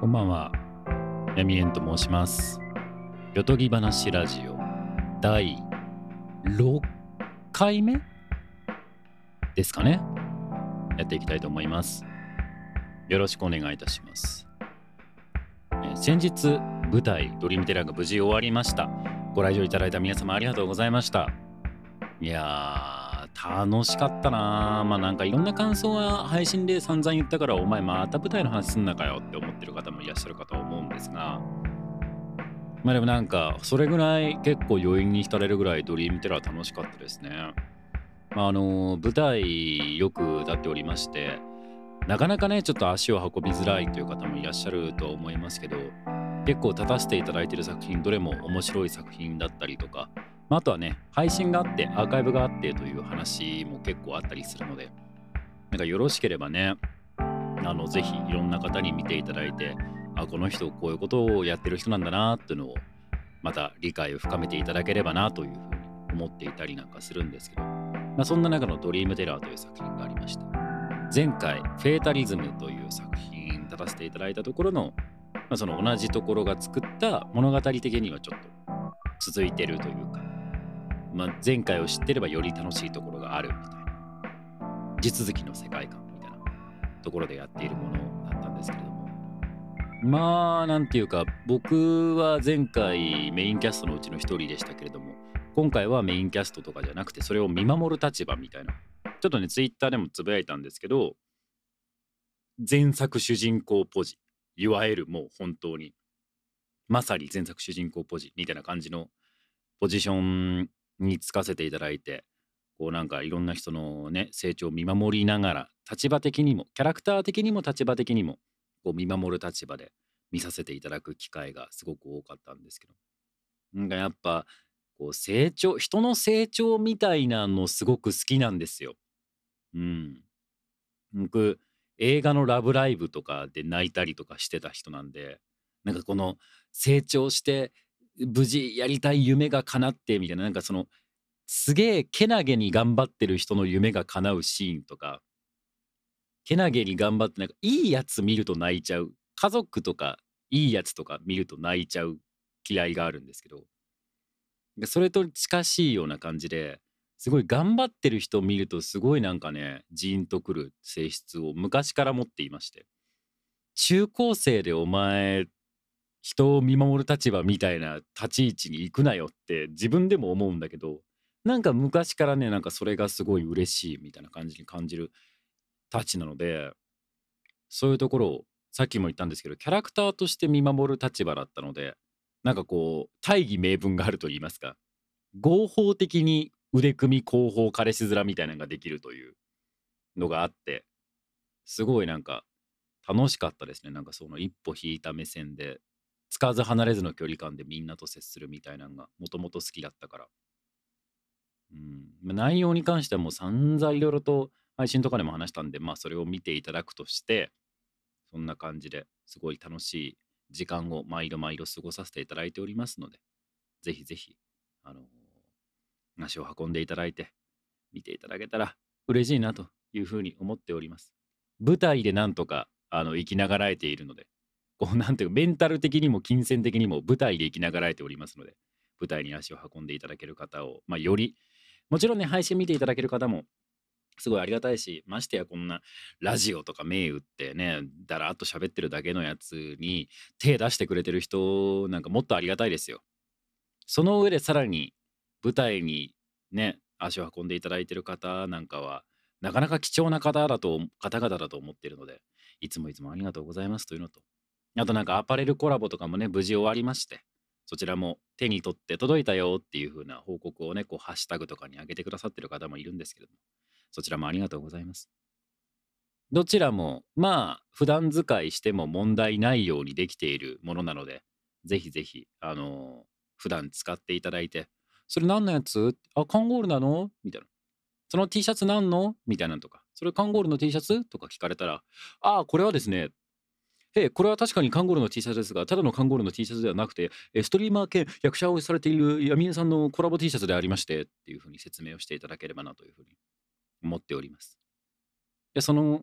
こんばんは、闇炎と申します。よとぎ話ラジオ第6回目ですかね。やっていきたいと思います。よろしくお願いいたします。先日、舞台ドリームテラーが無事終わりました。ご来場いただいた皆様ありがとうございました。いやー、楽しかったな。なんかいろんな感想は配信で散々言ったから、お前また舞台の話すんなかよって思ってる方もいらっしゃるかと思うんですが、でもなんかそれぐらい結構余韻に浸れるぐらいドリームテラー楽しかったですね。舞台よく立っておりまして、なかなかねちょっと足を運びづらいという方もいらっしゃると思いますけど、結構立たせていただいている作品どれも面白い作品だったりとか、あとはね配信があってアーカイブがあってという話も結構あったりするので、なんかよろしければね、ぜひいろんな方に見ていただいて、この人こういうことをやってる人なんだなっていうのをまた理解を深めていただければなというふうに思っていたりなんかするんですけど、そんな中のドリームテラーという作品がありまして、前回フェータリズムという作品立たせていただいたところの、その同じところが作った物語的にはちょっと続いてるというか、前回を知ってればより楽しいところがあるみたいな、地続きの世界観みたいなところでやっているものだったんですけれども、なんていうか、僕は前回メインキャストのうちの一人でしたけれども、今回はメインキャストとかじゃなくて、それを見守る立場みたいな。ちょっとね、ツイッターでもつぶやいたんですけど、前作主人公ポジ。いわゆるもう本当に、まさに前作主人公ポジみたいな感じのポジションにつかせていただいて、こうなんかいろんな人のね、成長を見守りながら、立場的にも、キャラクター的にも立場的にも、こう見守る立場で見させていただく機会がすごく多かったんですけど、なんかやっぱ、こう成長、人の成長みたいなのすごく好きなんですよ。うん。僕、映画のラブライブとかで泣いたりとかしてた人なんで、なんかこの成長して、無事やりたい夢が叶ってみたいな、なんかそのすげえけなげに頑張ってる人の夢が叶うシーンとか、けなげに頑張ってなんかいいやつ見ると泣いちゃう、家族とかいいやつとか見ると泣いちゃう嫌いがあるんですけど、それと近しいような感じで、すごい頑張ってる人を見るとすごいなんかね、ジーンとくる性質を昔から持っていまして、中高生でお前、人を見守る立場みたいな立ち位置に行くなよって自分でも思うんだけど、なんか昔からね、なんかそれがすごい嬉しいみたいな感じに感じるたちなので、そういうところをさっきも言ったんですけど、キャラクターとして見守る立場だったので、なんかこう大義名分があると言いますか、合法的に腕組み後方彼氏面みたいなのができるというのがあって、すごいなんか楽しかったですね。なんかその一歩引いた目線で、つかず離れずの距離感でみんなと接するみたいなのがもともと好きだったから。内容に関してはもう散々いろいろと配信とかでも話したんで、それを見ていただくとして、そんな感じですごい楽しい時間を毎度毎度過ごさせていただいておりますので、ぜひぜひ、あの足を運んでいただいて、見ていただけたら嬉しいなというふうに思っております。舞台でなんとか生きながらえているので、こうなんていうかメンタル的にも金銭的にも舞台で生きながらえておりますので、舞台に足を運んでいただける方を、より、もちろんね、配信見ていただける方もすごいありがたいし、ましてやこんなラジオとか銘打ってね、だらっと喋ってるだけのやつに手出してくれてる人なんかもっとありがたいですよ。その上でさらに舞台にね、足を運んでいただいている方なんかは、なかなか貴重な方々だと思っているので、いつもいつもありがとうございますというのと、あとなんかアパレルコラボとかもね、無事終わりまして、そちらも手に取って届いたよっていう風な報告をね、こうハッシュタグとかに上げてくださってる方もいるんですけれども、そちらもありがとうございます。どちらも、普段使いしても問題ないようにできているものなので、ぜひぜひ、普段使っていただいて、それ何のやつあ、カンゴールなのみたいな。その T シャツ何のみたいなのとか、それカンゴールの T シャツとか聞かれたら、これはですね、これは確かにカンゴールの T シャツですが、ただのカンゴールの T シャツではなくて、ストリーマー兼役者をされている闇江さんのコラボ T シャツでありまして、っていうふうに説明をしていただければなというふうに思っております。で、その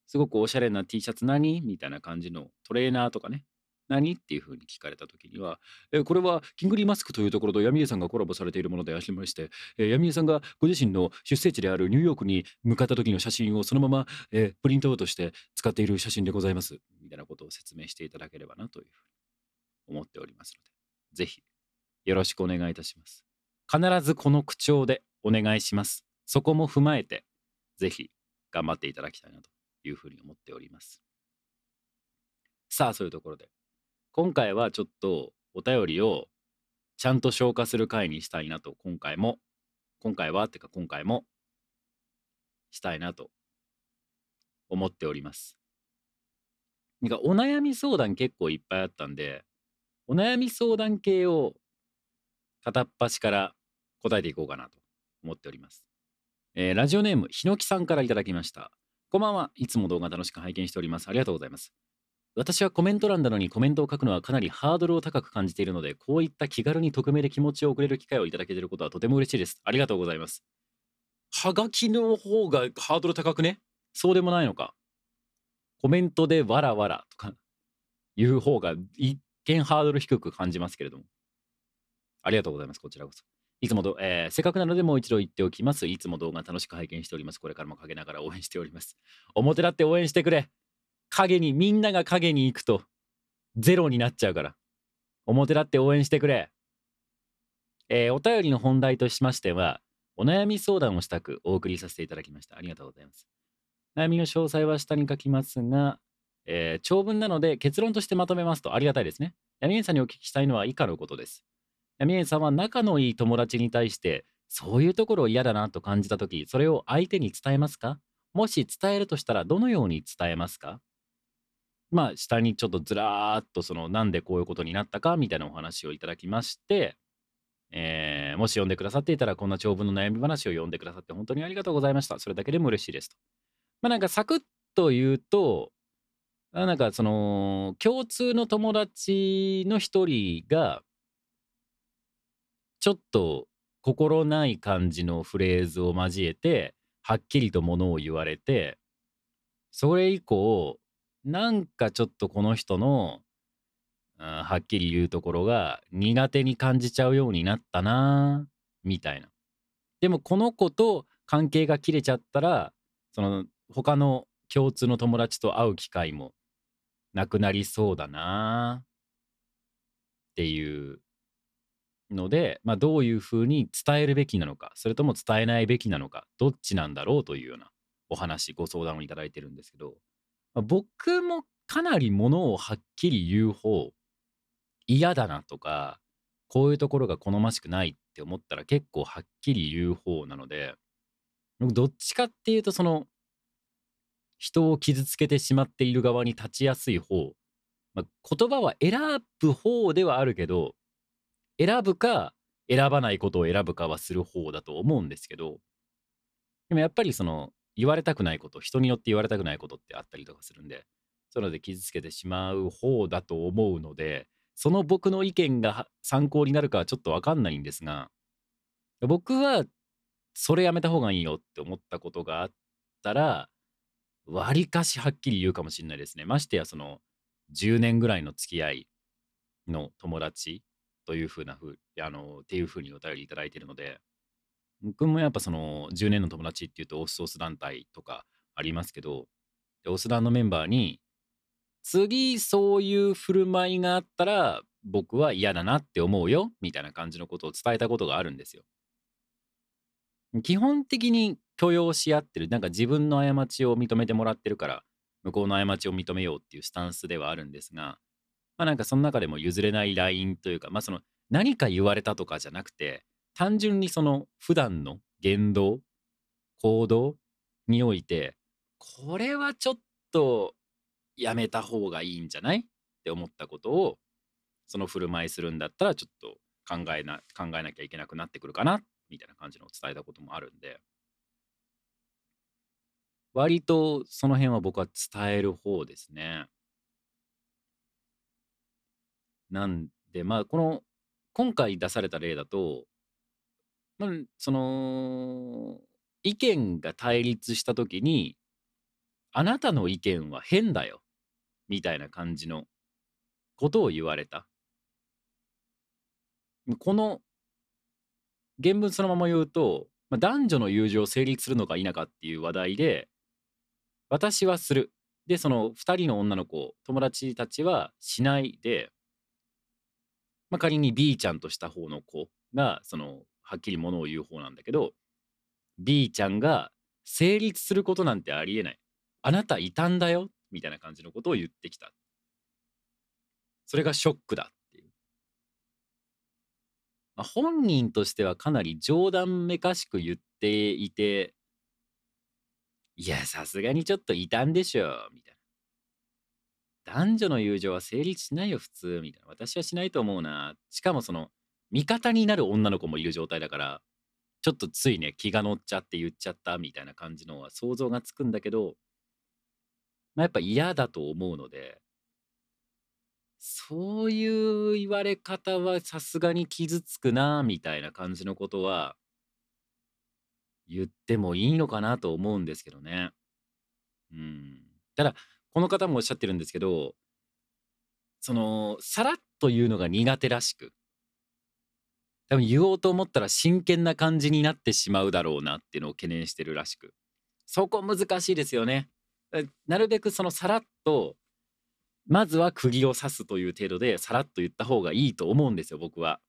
すごくおしゃれな T シャツ何みたいな感じのトレーナーとかね。何っていう風に聞かれた時には、これはキングリーマスクというところとヤミエさんがコラボされているものでありまして、ヤミエさんがご自身の出生地であるニューヨークに向かった時の写真をそのまま、プリントアウトして使っている写真でございます。みたいなことを説明していただければなというふうに思っておりますので、ぜひよろしくお願いいたします。必ずこの口調でお願いします。そこも踏まえて、ぜひ頑張っていただきたいなというふうに思っております。さあ、そういうところで、今回はちょっとお便りをちゃんと消化する回にしたいなと、今回もしたいなと思っております。なんかお悩み相談結構いっぱいあったんで、お悩み相談系を片っ端から答えていこうかなと思っております。ラジオネームひのきさんからいただきました。こんばんは。いつも動画楽しく拝見しております。ありがとうございます。私はコメント欄なのにコメントを書くのはかなりハードルを高く感じているので、こういった気軽に匿名で気持ちを送れる機会をいただけていることはとても嬉しいです。ありがとうございます。はがきの方がハードル高くね？そうでもないのか。コメントでわらわらとかいう方が一見ハードル低く感じますけれども。ありがとうございます。こちらこそ。いつもせっかくなのでもう一度言っておきます。いつも動画楽しく拝見しております。これからも陰ながら応援しております。表立って応援してくれ。みんなが影に行くとゼロになっちゃうから。表立って応援してくれ。お便りの本題としましては、お悩み相談をしたくお送りさせていただきました。ありがとうございます。悩みの詳細は下に書きますが、長文なので結論としてまとめますとありがたいですね。ヤミエンさんにお聞きしたいのは以下のことです。ヤミエンさんは仲のいい友達に対して、そういうところ嫌だなと感じたとき、それを相手に伝えますか？もし伝えるとしたら、どのように伝えますか？まあ、下にちょっとずらーっと、なんでこういうことになったかみたいなお話をいただきまして、もし読んでくださっていたら、こんな長文の悩み話を読んでくださって本当にありがとうございました。それだけでも嬉しいですと。まあなんかサクッと言うと、なんか共通の友達の一人が、ちょっと心ない感じのフレーズを交えて、はっきりとものを言われて、それ以降、なんかちょっとこの人の、はっきり言うところが苦手に感じちゃうようになったな、みたいな。でもこの子と関係が切れちゃったら、他の共通の友達と会う機会もなくなりそうだなっていうので、まあ、どういうふうに伝えるべきなのか、それとも伝えないべきなのか、どっちなんだろうというようなお話、ご相談をいただいてるんですけど、まあ、僕もかなりものをはっきり言う方、嫌だなとか、こういうところが好ましくないって思ったら結構はっきり言う方なので、僕どっちかっていうと人を傷つけてしまっている側に立ちやすい方、まあ、言葉は選ぶ方ではあるけど、選ぶか選ばないことを選ぶかはする方だと思うんですけど、でもやっぱり言われたくないこと、人によって言われたくないことってあったりとかするんで、そういうので傷つけてしまう方だと思うので、その僕の意見が参考になるかはちょっとわかんないんですが、僕はそれやめた方がいいよって思ったことがあったら、わりかしはっきり言うかもしれないですね。ましてや10年ぐらいの付き合いの友達というふうなっていうふうにお便りいただいているので、僕もやっぱ10年の友達っていうとオスオス団体とかありますけど、でオス団のメンバーに、次そういう振る舞いがあったら僕は嫌だなって思うよみたいな感じのことを伝えたことがあるんですよ。基本的に許容し合ってる、なんか自分の過ちを認めてもらってるから、向こうの過ちを認めようっていうスタンスではあるんですが、まあなんかその中でも譲れないラインというか、まあ何か言われたとかじゃなくて、単純に普段の言動、行動において、これはちょっとやめた方がいいんじゃないって思ったことを、その振る舞いするんだったら、ちょっと考えなきゃいけなくなってくるかな、みたいな感じのを伝えたこともあるんで、割とその辺は僕は伝える方ですね。なんで、まあ、今回出された例だと、まあ、意見が対立した時に、 あなたの意見は変だよみたいな感じのことを言われた。この原文そのまま言うと、男女の友情成立するのか否かっていう話題で、私はする。で、その2人の女の子、友達たちはしないで、仮に B ちゃんとした方の子が、はっきりものを言う方なんだけど、B ちゃんが成立することなんてありえない。あなた異端だよみたいな感じのことを言ってきた。それがショックだっていう。本人としてはかなり冗談めかしく言っていて、いや、さすがにちょっと異端でしょ、みたいな。男女の友情は成立しないよ、普通、みたいな。私はしないと思うな。しかも味方になる女の子もいる状態だから、ちょっとついね、気が乗っちゃって言っちゃったみたいな感じのは想像がつくんだけど、やっぱ嫌だと思うので、そういう言われ方はさすがに傷つくな、みたいな感じのことは言ってもいいのかなと思うんですけどね。ただ、この方もおっしゃってるんですけど、さらっと言うのが苦手らしく、多分言おうと思ったら真剣な感じになってしまうだろうなっていうのを懸念してるらしく。そこ難しいですよね。なるべくさらっと、まずは釘を刺すという程度でさらっと言った方がいいと思うんですよ、僕は。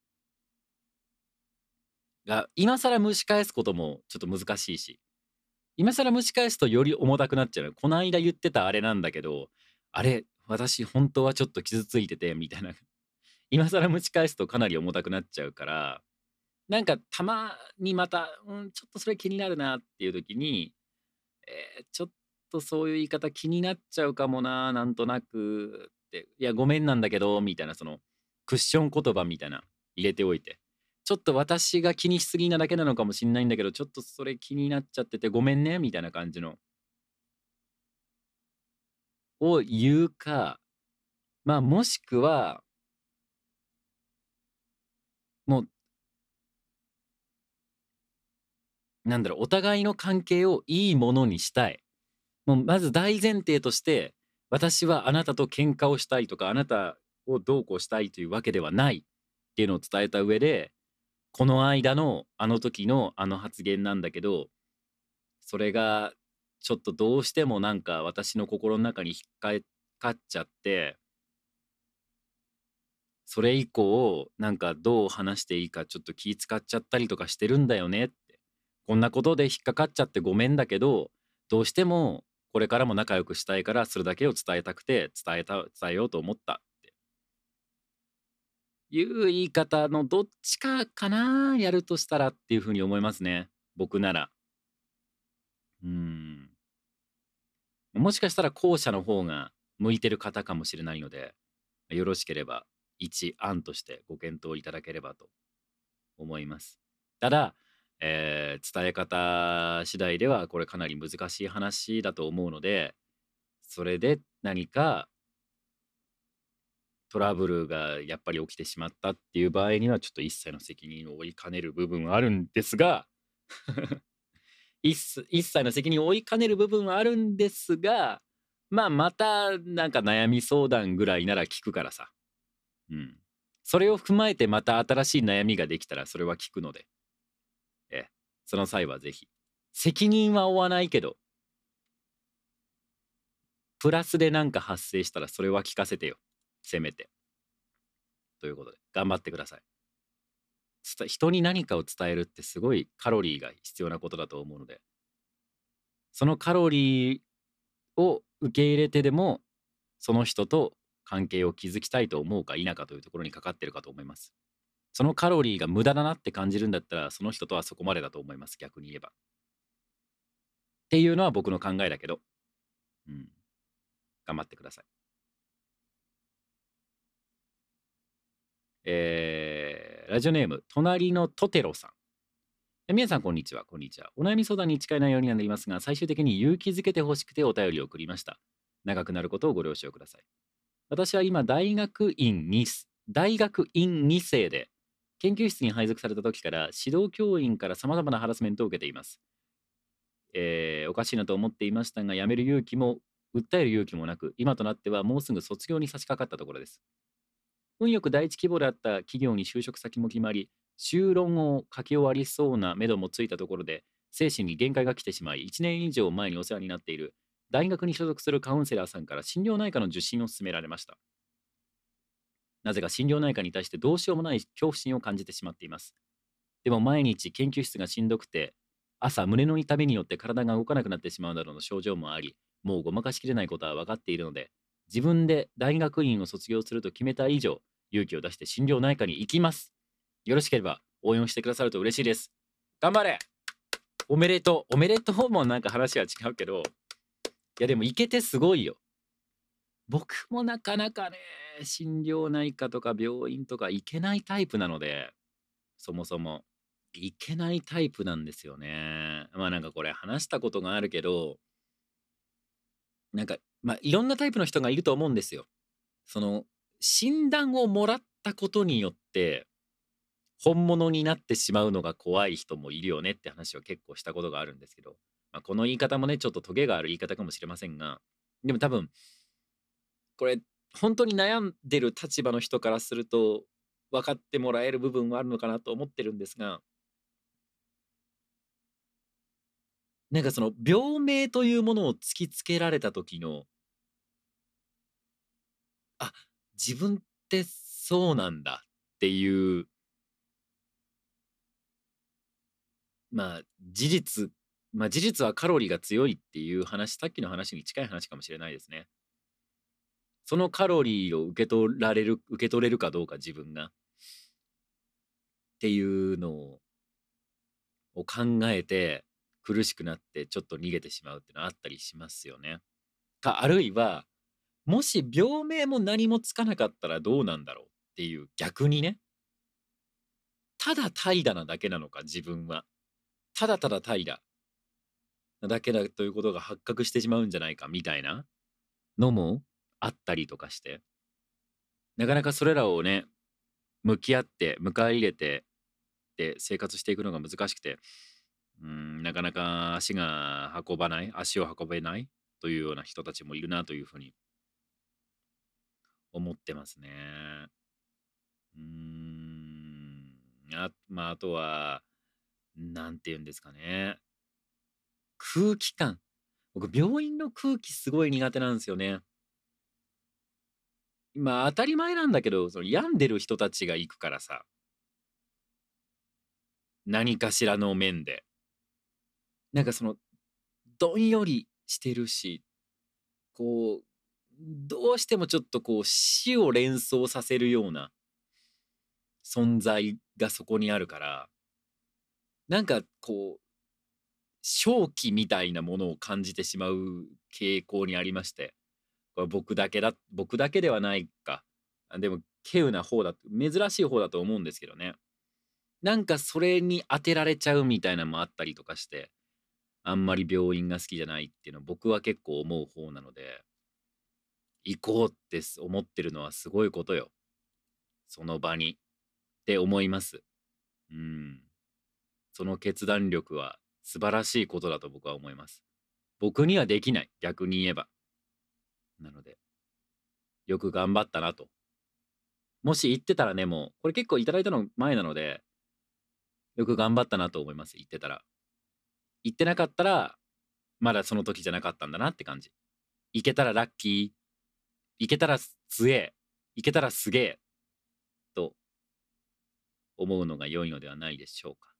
今更蒸し返すこともちょっと難しいし、今更蒸し返すとより重たくなっちゃう。この間言ってたあれなんだけど、あれ、私本当はちょっと傷ついてて、みたいな。今更蒸し返すとかなり重たくなっちゃうから、なんかたまにまた、ちょっとそれ気になるなっていう時に、ちょっとそういう言い方気になっちゃうかもな、なんとなくって、いや、ごめんなんだけど、みたいな、クッション言葉みたいな、入れておいて。ちょっと私が気にしすぎなだけなのかもしんないんだけど、ちょっとそれ気になっちゃっててごめんね、みたいな感じの、を言うか、もしくは、もう、なんだろう、お互いの関係をいいものにしたい。もうまず大前提として、私はあなたと喧嘩をしたいとか、あなたをどうこうしたいというわけではないっていうのを伝えた上で、この間のあの時のあの発言なんだけど、それがちょっとどうしてもなんか私の心の中に引っかかっちゃって、それ以降なんかどう話していいかちょっと気使っちゃったりとかしてるんだよねって。こんなことで引っかかっちゃってごめんだけど、どうしてもこれからも仲良くしたいからそれだけを伝えたくて伝えようと思ったっていう言い方のどっちかかな、やるとしたらっていうふうに思いますね、僕なら。うん。もしかしたら後者の方が向いてる方かもしれないので、よろしければ一案としてご検討いただければと思います。ただ、伝え方次第ではこれかなり難しい話だと思うので、それで何かトラブルがやっぱり起きてしまったっていう場合にはちょっと一切の責任を負いかねる部分はあるんですが一切の責任を負いかねる部分はあるんですが、またなんか悩み相談ぐらいなら聞くからさ。それを踏まえてまた新しい悩みができたらそれは聞くので、その際はぜひ。責任は負わないけど、プラスでなんか発生したらそれは聞かせてよ。せめて。ということで、頑張ってください。人に何かを伝えるってすごいカロリーが必要なことだと思うので、そのカロリーを受け入れてでも、その人と関係を築きたいと思うか否かというところにかかってるかと思います。そのカロリーが無駄だなって感じるんだったら、その人とはそこまでだと思います、逆に言えば。っていうのは僕の考えだけど、頑張ってください。ラジオネーム、隣のトテロさん。皆さん、こんにちは。こんにちは。お悩み相談に近い内容になりますが、最終的に勇気づけてほしくてお便りを送りました。長くなることをご了承ください。私は今、大学院2世で、研究室に配属された時から、指導教員から様々なハラスメントを受けています。 おかしいなと思っていましたが、辞める勇気も訴える勇気もなく、今となってはもうすぐ卒業に差し掛かったところです。運よく第一規模であった企業に就職先も決まり、修論を書き終わりそうな目処もついたところで、精神に限界が来てしまい、1年以上前にお世話になっている大学に所属するカウンセラーさんから心療内科の受診を勧められました。なぜか心療内科に対してどうしようもない恐怖心を感じてしまっています。でも毎日研究室がしんどくて、朝胸の痛みによって体が動かなくなってしまうなどの症状もあり、もうごまかしきれないことは分かっているので、自分で大学院を卒業すると決めた以上、勇気を出して心療内科に行きます。よろしければ応援をしてくださると嬉しいです。頑張れ。おめでとう。おめでとうもなんか話は違うけど、いやでも行けてすごいよ。僕もなかなかね、心療内科とか病院とか行けないタイプなので、そもそも行けないタイプなんですよね。まあなんかこれ話したことがあるけど、なんかまあいろんなタイプの人がいると思うんですよ。その診断をもらったことによって本物になってしまうのが怖い人もいるよねって話を結構したことがあるんですけど、まあ、この言い方もねちょっとトゲがある言い方かもしれませんが、でも多分これ本当に悩んでる立場の人からすると分かってもらえる部分はあるのかなと思ってるんですが、なんかその病名というものを突きつけられた時の、あ、自分ってそうなんだっていう、まあ事実、まあ事実はカロリーが強いっていう話、さっきの話に近い話かもしれないですね。そのカロリーを受け取れるかどうか自分がっていうのを考えて苦しくなってちょっと逃げてしまうっていうのはあったりしますよね。あるいはもし病名も何もつかなかったらどうなんだろうっていう逆にね、ただ怠惰なだけなのか自分はただただ怠惰なだけだということが発覚してしまうんじゃないかみたいなのもあったりとかして、なかなかそれらをね向き合って迎え入れてで生活していくのが難しくて、なかなか足を運べないというような人たちもいるなというふうに思ってますね。うーん。まあ、あとは、なんて言うんですかね。空気感。僕、病院の空気すごい苦手なんですよね。まあ、当たり前なんだけど、その病んでる人たちが行くからさ、何かしらの面で。なんかその、どんよりしてるし、こう、どうしてもちょっとこう、死を連想させるような存在がそこにあるから、なんかこう、正気みたいなものを感じてしまう傾向にありまして、これ僕だけではないか。でも、稀有な方珍しい方だと思うんですけどね。なんかそれに当てられちゃうみたいなのもあったりとかして、あんまり病院が好きじゃないっていうのは僕は結構思う方なので、行こうって思ってるのはすごいことよ。その場に。って思います。うん。その決断力は素晴らしいことだと僕は思います。僕にはできない。逆に言えば。なので、よく頑張ったなと。もし言ってたらね、もう、これ結構いただいたの前なので、よく頑張ったなと思います。言ってたら。言ってなかったら、まだその時じゃなかったんだなって感じ。いけたらラッキー。いけたら強え。いけたらすげえ。と思うのが良いのではないでしょうか。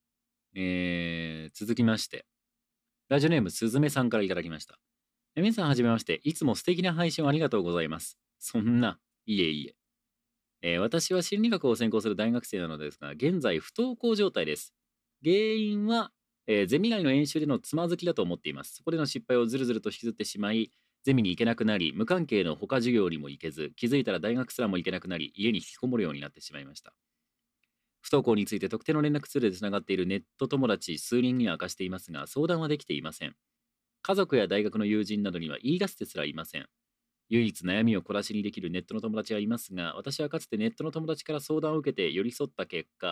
続きまして、ラジオネームすずめさんからいただきました。皆さんはじめまして、いつも素敵な配信をありがとうございます。そんな、いえいえ。私は心理学を専攻する大学生なのですが、現在不登校状態です。原因は、ゼミ内の演習でのつまずきだと思っています。そこでの失敗をずるずると引きずってしまい、ゼミに行けなくなり、無関係の他授業にも行けず、気づいたら大学すらも行けなくなり、家に引きこもるようになってしまいました。不登校について特定の連絡ツールでつながっているネット友達数人には明かしていますが、相談はできていません。家族や大学の友人などには言い出してすらいません。唯一悩みを小出しにできるネットの友達はいますが、私はかつてネットの友達から相談を受けて寄り添った結果、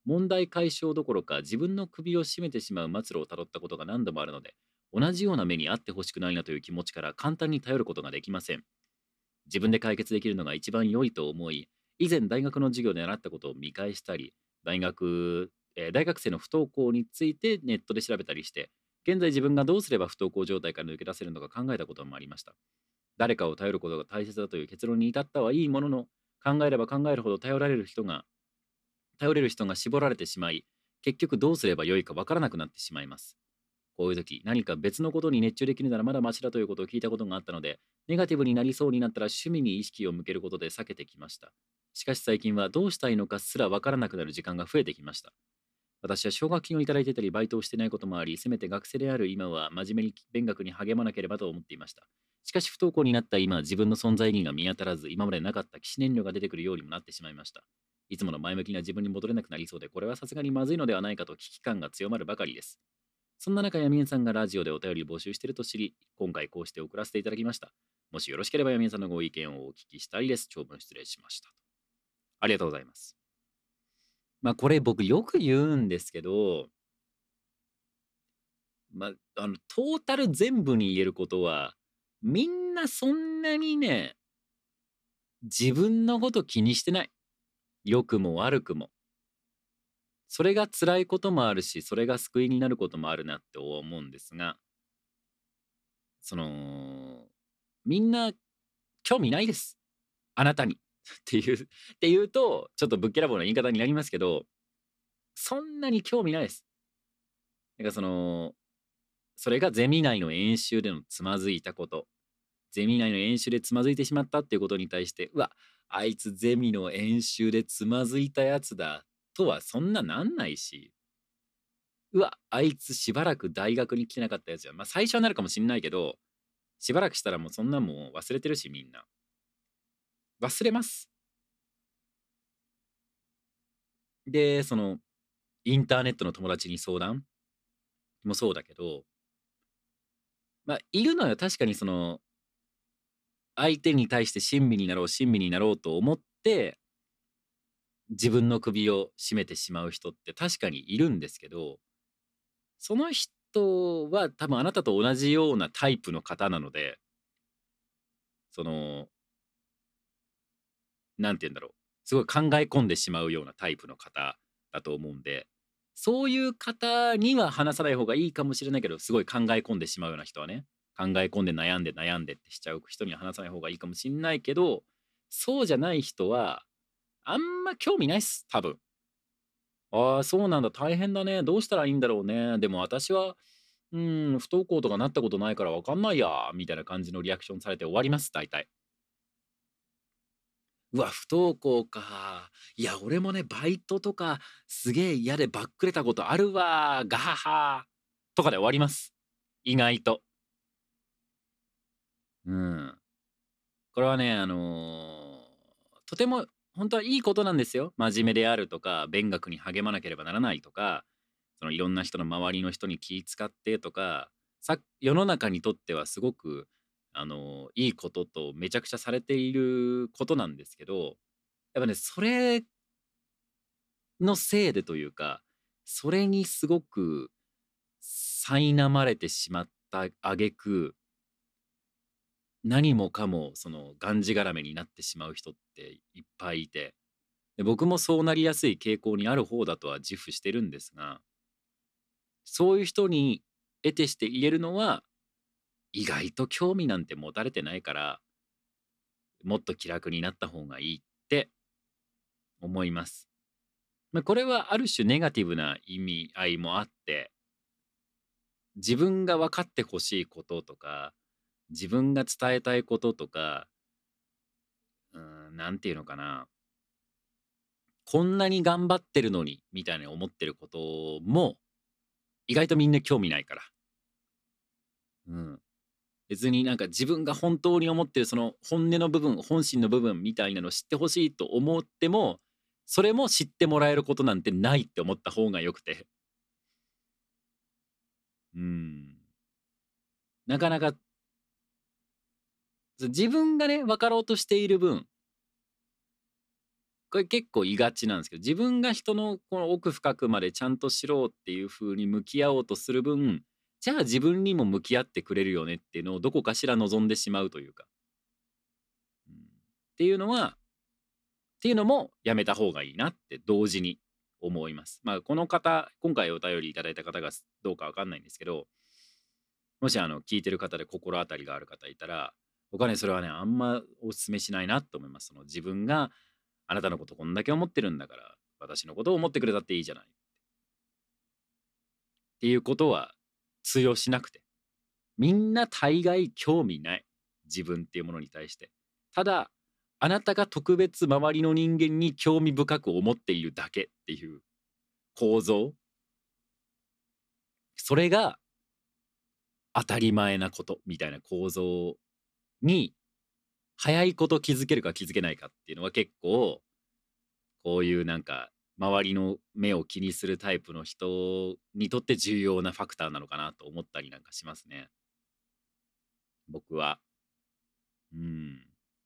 問題解消どころか自分の首を絞めてしまう末路をたどったことが何度もあるので、同じような目に遭ってほしくないなという気持ちから簡単に頼ることができません。自分で解決できるのが一番良いと思い、以前大学の授業で習ったことを見返したり、大学生の不登校についてネットで調べたりして、現在自分がどうすれば不登校状態から抜け出せるのか考えたこともありました。誰かを頼ることが大切だという結論に至ったはいいものの、考えれば考えるほど頼れる人が絞られてしまい、結局どうすればよいかわからなくなってしまいます。こういう時、何か別のことに熱中できるならまだマシだということを聞いたことがあったので、ネガティブになりそうになったら趣味に意識を向けることで避けてきました。しかし最近はどうしたいのかすらわからなくなる時間が増えてきました。私は奨学金をいただいていたり、バイトをしていないこともあり、せめて学生である今は真面目に勉学に励まなければと思っていました。しかし不登校になった今、自分の存在意義が見当たらず、今までなかった起死燃料が出てくるようにもなってしまいました。いつもの前向きな自分に戻れなくなりそうで、これはさすがにまずいのではないかと危機感が強まるばかりです。そんな中、ヤミエンさんがラジオでお便りを募集していると知り、今回こうして送らせていただきました。もしよろしければヤミエンさんのご意見をお聞きしたいです。長文失礼しました。ありがとうございます。これ僕よく言うんですけど、トータル全部に言えることは、みんなそんなにね、自分のこと気にしてない。良くも悪くも。それが辛いこともあるし、それが救いになることもあるなって思うんですが、みんな興味ないです。あなたに。っていうと、ちょっとぶっきらぼうな言い方になりますけど、そんなに興味ないです。なんかそれがゼミ内の演習でのつまずいたこと。ゼミ内の演習でつまずいてしまったっていうことに対して、うわ、あいつゼミの演習でつまずいたやつだとはそんななんないし、うわ、あいつしばらく大学に来てなかったやつや。最初はなるかもしんないけど、しばらくしたらもうそんなもん忘れてるし、みんな。忘れます。で、インターネットの友達に相談もそうだけど、いるのよ。確かに相手に対して親身になろうと思って、自分の首を絞めてしまう人って確かにいるんですけど、その人は多分あなたと同じようなタイプの方なので、その、なんて言うんだろう。すごい考え込んでしまうようなタイプの方だと思うんで、そういう方には話さない方がいいかもしれないけど、すごい考え込んでしまうような人はね、考え込んで悩んでってしちゃう人には話さない方がいいかもしれないけど、そうじゃない人は、あんま興味ないっす、多分。ああ、そうなんだ、大変だね。どうしたらいいんだろうね。でも私は、不登校とかなったことないからわかんないや、みたいな感じのリアクションされて終わります、大体。うわ、不登校か。いや、俺もね、バイトとかすげえ嫌でばっくれたことあるわ。ガハハ。とかで終わります。意外と。うん。これはね、とても本当はいいことなんですよ。真面目であるとか、勉学に励まなければならないとか、いろんな人の周りの人に気遣ってとか、世の中にとってはすごく、いいこととめちゃくちゃされていることなんですけど、やっぱね、それのせいでというか、それにすごく苛まれてしまった挙句、何もかもがんじがらめになってしまう人っていっぱいいて、で僕もそうなりやすい傾向にある方だとは自負してるんですが、そういう人に得てして言えるのは、意外と興味なんて持たれてないから、もっと気楽になった方がいいって思います。これはある種ネガティブな意味合いもあって、自分が分かってほしいこととか、自分が伝えたいこととか、なんていうのかな、こんなに頑張ってるのに、みたいに思ってることも、意外とみんな興味ないから。うん。別になんか自分が本当に思ってるその本音の部分、本心の部分みたいなのを知ってほしいと思っても、それも知ってもらえることなんてないって思った方がよくて。うん。なかなか、自分がね、分かろうとしている分、 これ結構言いがちなんですけど、自分が人のこの奥深くまでちゃんと知ろうっていう風に向き合おうとする分、じゃあ自分にも向き合ってくれるよねっていうのをどこかしら望んでしまうというか、っていうのは、っていうのもやめた方がいいなって同時に思います。まあこの方、今回お便りいただいた方がどうかわかんないんですけど、もし聞いてる方で心当たりがある方いたら、僕はね、それはね、あんまお勧めしないなと思います。その自分があなたのことこんだけ思ってるんだから、私のことを思ってくれたっていいじゃないっていうことは通用しなくて。みんな大概興味ない。自分っていうものに対して。ただ、あなたが特別周りの人間に興味深く思っているだけっていう構造。それが当たり前なことみたいな構造に早いこと気づけるか気づけないかっていうのは結構こういうなんか周りの目を気にするタイプの人にとって重要なファクターなのかなと思ったりなんかしますね。僕は。うん。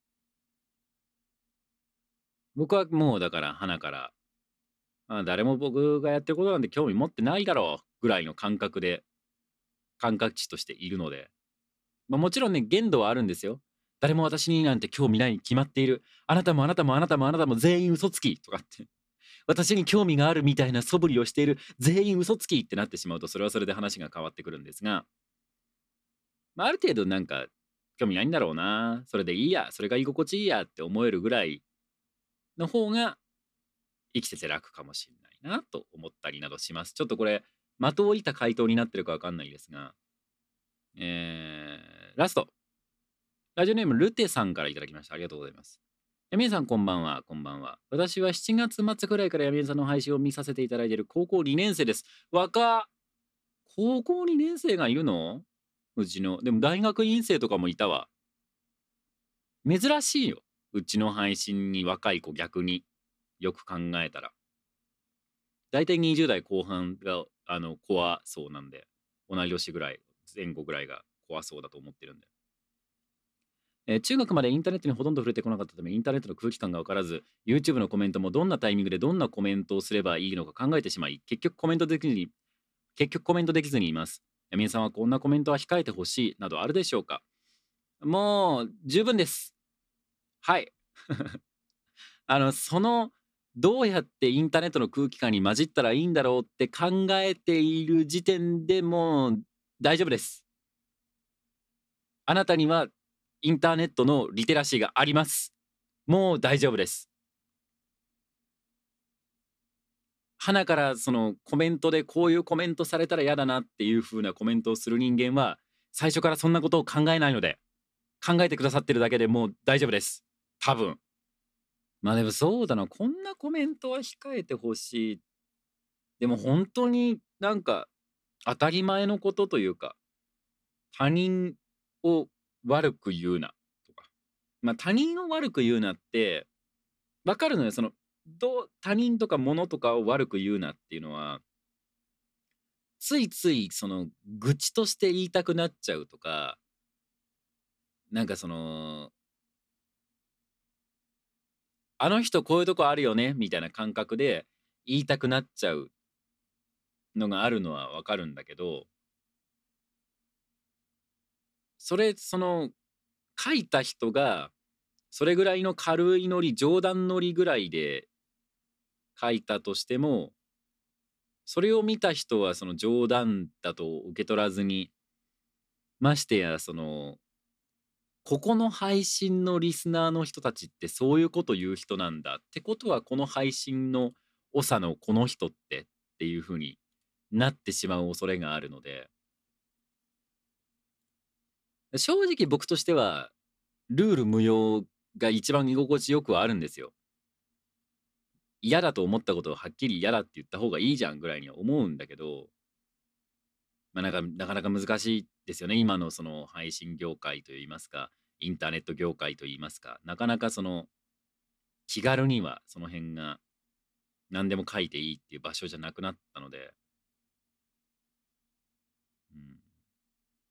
僕はもうだから花から誰も僕がやってることなんて興味持ってないだろうぐらいの感覚で感覚値としているので、まあ、もちろんね限度はあるんですよ。誰も私になんて興味ないに決まっている。あなたもあなたもあなたもあなたも全員嘘つきとかって私に興味があるみたいな素振りをしている全員嘘つきってなってしまうとそれはそれで話が変わってくるんですが、まあ、ある程度なんか興味ないんだろうな、それでいいや、それが居心地いいやって思えるぐらいの方が生きてて楽かもしれないなと思ったりなどします。ちょっとこれ的を射た回答になってるか分かんないですが、ラストラジオネームルテさんからいただきました。ありがとうございます。ヤミエさんこんばんは、こんばんは。私は7月末くらいからヤミエさんの配信を見させていただいている高校2年生です。若っ。高校2年生がいるの？うちの。でも大学院生とかもいたわ。珍しいよ。うちの配信に若い子逆によく考えたら。だいたい20代後半が怖そうなんで、同い年ぐらい、前後ぐらいが怖そうだと思ってるんで。中学までインターネットにほとんど触れてこなかったため、インターネットの空気感が分からず、YouTube のコメントもどんなタイミングでどんなコメントをすればいいのか考えてしまい、結局コメントできずにいます。皆さんはこんなコメントは控えてほしいなどあるでしょうか？もう十分です。はい。そのどうやってインターネットの空気感に混じったらいいんだろうって考えている時点でもう大丈夫です。あなたにはインターネットのリテラシーがあります。もう大丈夫です。花からそのコメントでこういうコメントされたら嫌だなっていう風なコメントをする人間は最初からそんなことを考えないので、考えてくださってるだけでもう大丈夫です。多分。まあでもそうだな、こんなコメントは控えてほしい。でも本当になんか当たり前のことというか、他人を悪く言うなとか。まあ他人を悪く言うなってわかるのよ。他人とか物とかを悪く言うなっていうのは、ついつい愚痴として言いたくなっちゃうとか、なんかあの人こういうとこあるよねみたいな感覚で言いたくなっちゃうのがあるのはわかるんだけど、書いた人がそれぐらいの軽いノリ、冗談ノリぐらいで書いたとしても、それを見た人はその冗談だと受け取らずに、ましてやここの配信のリスナーの人たちってそういうこと言う人なんだってことは、この配信の長のこの人っていう風になってしまう恐れがあるので、正直僕としてはルール無用が一番居心地よくはあるんですよ。嫌だと思ったことをはっきり嫌だって言った方がいいじゃんぐらいには思うんだけど、まあ、なかなか難しいですよね。今のその配信業界といいますか、インターネット業界といいますか、なかなか気軽にはその辺が何でも書いていいっていう場所じゃなくなったので、うん。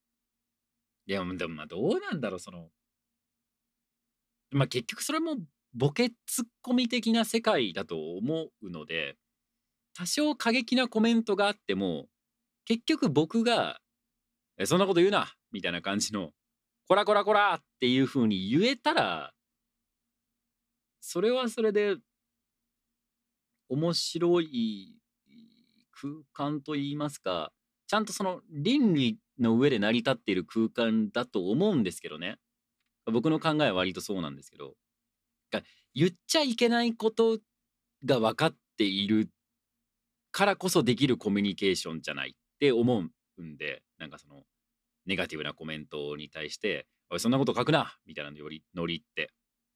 でもまあどうなんだろう、まあ結局それもボケツッコミ的な世界だと思うので、多少過激なコメントがあっても、結局僕がそんなこと言うなみたいな感じの、こらこらこらっていう風に言えたら、それはそれで面白い空間といいますか、ちゃんとその倫理の上で成り立っている空間だと思うんですけどね。僕の考えは割とそうなんですけど、言っちゃいけないことが分かっているからこそできるコミュニケーションじゃないって思うんで、なんかそのネガティブなコメントに対して、おい、そんなこと書くなみたいなノリって、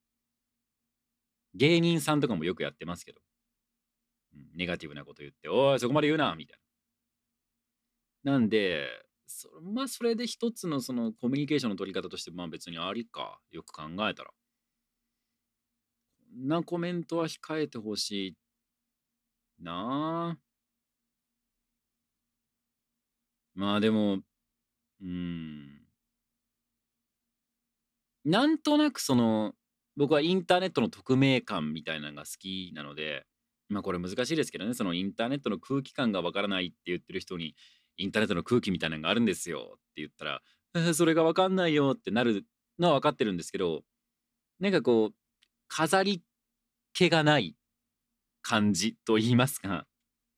芸人さんとかもよくやってますけど、ネガティブなこと言って、おい、そこまで言うなみたいな。なんで、まあ、それで一つのそのコミュニケーションの取り方として、まあ別にありか、よく考えたら。こんなコメントは控えてほしいなあ。まあでも、なんとなくその、僕はインターネットの匿名感みたいなのが好きなので、まあこれ難しいですけどね、そのインターネットの空気感がわからないって言ってる人に、インターネットの空気みたいなのがあるんですよって言ったら、それがわかんないよってなるのは分かってるんですけど、なんかこう、飾り気がない感じと言いますか、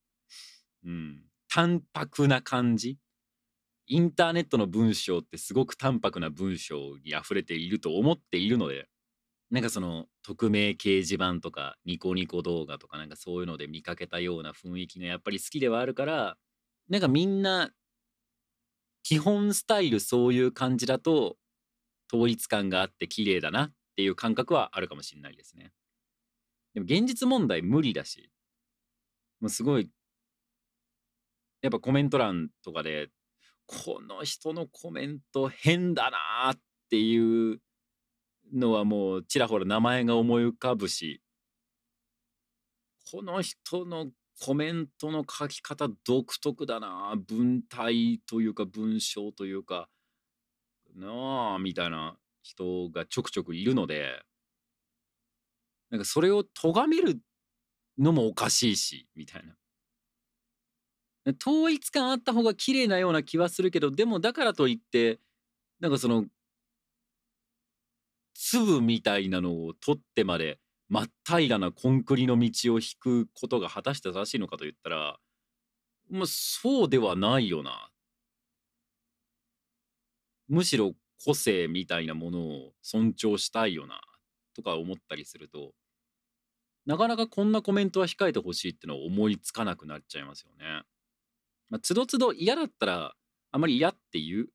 淡白な感じ。インターネットの文章ってすごく淡白な文章に溢れていると思っているので、なんかその匿名掲示板とかニコニコ動画とかなんかそういうので見かけたような雰囲気がやっぱり好きではあるから、なんかみんな基本スタイルそういう感じだと統一感があって綺麗だなっていう感覚はあるかもしれないですね。でも現実問題無理だし、もうすごいやっぱコメント欄とかでこの人のコメント変だなっていうのはもうちらほら名前が思い浮かぶし、この人のコメントの書き方独特だな、文体というか文章というかなあみたいな人がちょくちょくいるので、なんかそれを咎めるのもおかしいしみたいな。統一感あった方が綺麗なような気はするけど、でもだからといってなんかその粒みたいなのを取ってまで真っ平らなコンクリの道を引くことが果たして正しいのかと言ったら、まあ、そうではないよな。むしろ個性みたいなものを尊重したいよなとか思ったりすると、なかなかこんなコメントは控えてほしいってのは思いつかなくなっちゃいますよね。まあ、つどつど嫌だったらあまり嫌っていう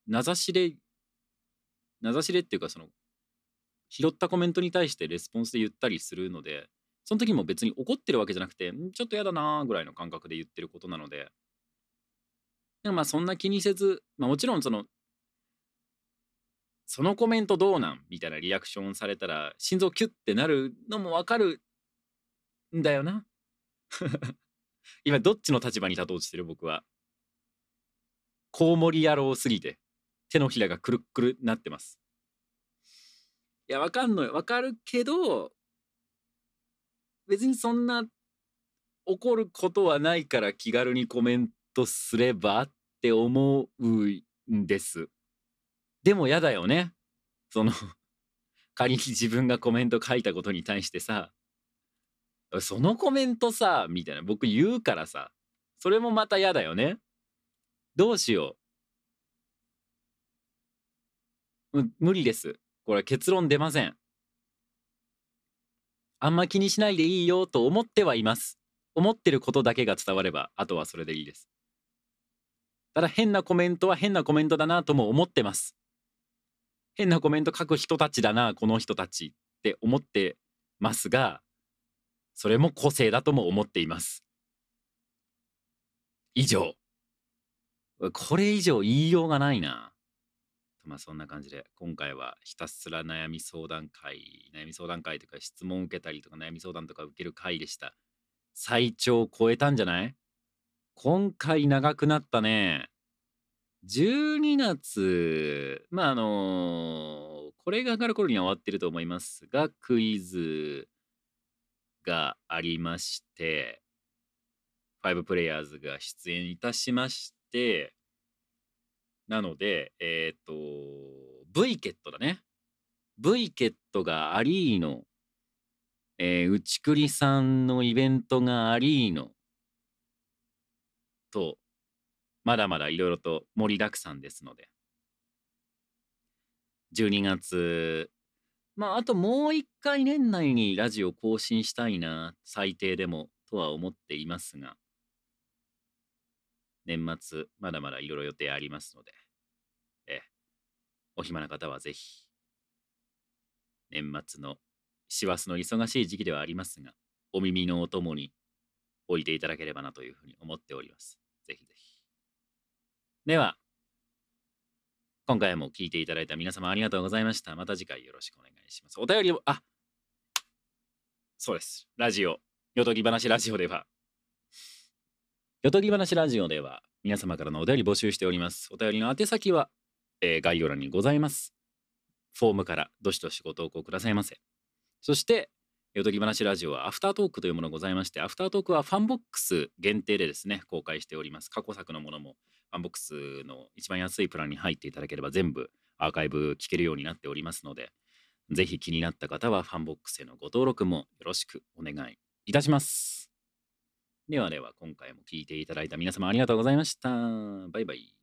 名指しでっていうかその拾ったコメントに対してレスポンスで言ったりするので、その時も別に怒ってるわけじゃなくて、ちょっとやだなーぐらいの感覚で言ってることなので、でもまあそんな気にせず、まあもちろんそのコメントどうなんみたいなリアクションされたら、心臓キュッてなるのもわかるんだよな。今どっちの立場に立とうとしてる僕は。コウモリ野郎すぎて、手のひらがくるっくるなってます。いや、わかんのよ。わかるけど、別にそんな怒ることはないから気軽にコメントすればって思うんです。でもやだよね。その仮に自分がコメント書いたことに対してさ、そのコメントさ、みたいな僕言うからさ、それもまたやだよね。どうしよう。無理です。これ結論出ません。あんま気にしないでいいよと思ってはいます。思ってることだけが伝われば、あとはそれでいいです。ただ変なコメントは変なコメントだなとも思ってます。変なコメント書く人たちだな、この人たちって思ってますが、それも個性だとも思っています。以上。これ以上言いようがないな。まあそんな感じで、今回はひたすら悩み相談会とか質問受けたりとか悩み相談とか受ける会でした。最長超えたんじゃない？今回長くなったね。12月、まあこれが上がる頃には終わってると思いますが、クイズがありまして、5プレイヤーズが出演いたしまして、なので、V ケットだね。V ケットがありーの、内栗さんのイベントがありーの、と、まだまだいろいろと盛りだくさんですので、12月、あともう一回年内にラジオ更新したいな、最低でも、とは思っていますが、年末、まだまだいろいろ予定ありますので、お暇な方はぜひ、年末の師走の忙しい時期ではありますが、お耳のお供に置いていただければなというふうに思っております。ぜひぜひ。では、今回も聞いていただいた皆様ありがとうございました。また次回よろしくお願いします。お便りを、そうです。ラジオ、よとぎ話ラジオでは、皆様からのお便り募集しております。お便りの宛先は、概要欄にございます。フォームからどしどしご投稿くださいませ。そして、よとぎ話ラジオはアフタートークというものがございまして、アフタートークはファンボックス限定でですね、公開しております。過去作のものも、ファンボックスの一番安いプランに入っていただければ全部アーカイブ聞けるようになっておりますので、ぜひ気になった方はファンボックスへのご登録もよろしくお願いいたします。ではでは、今回も聞いていただいた皆様ありがとうございました。バイバイ。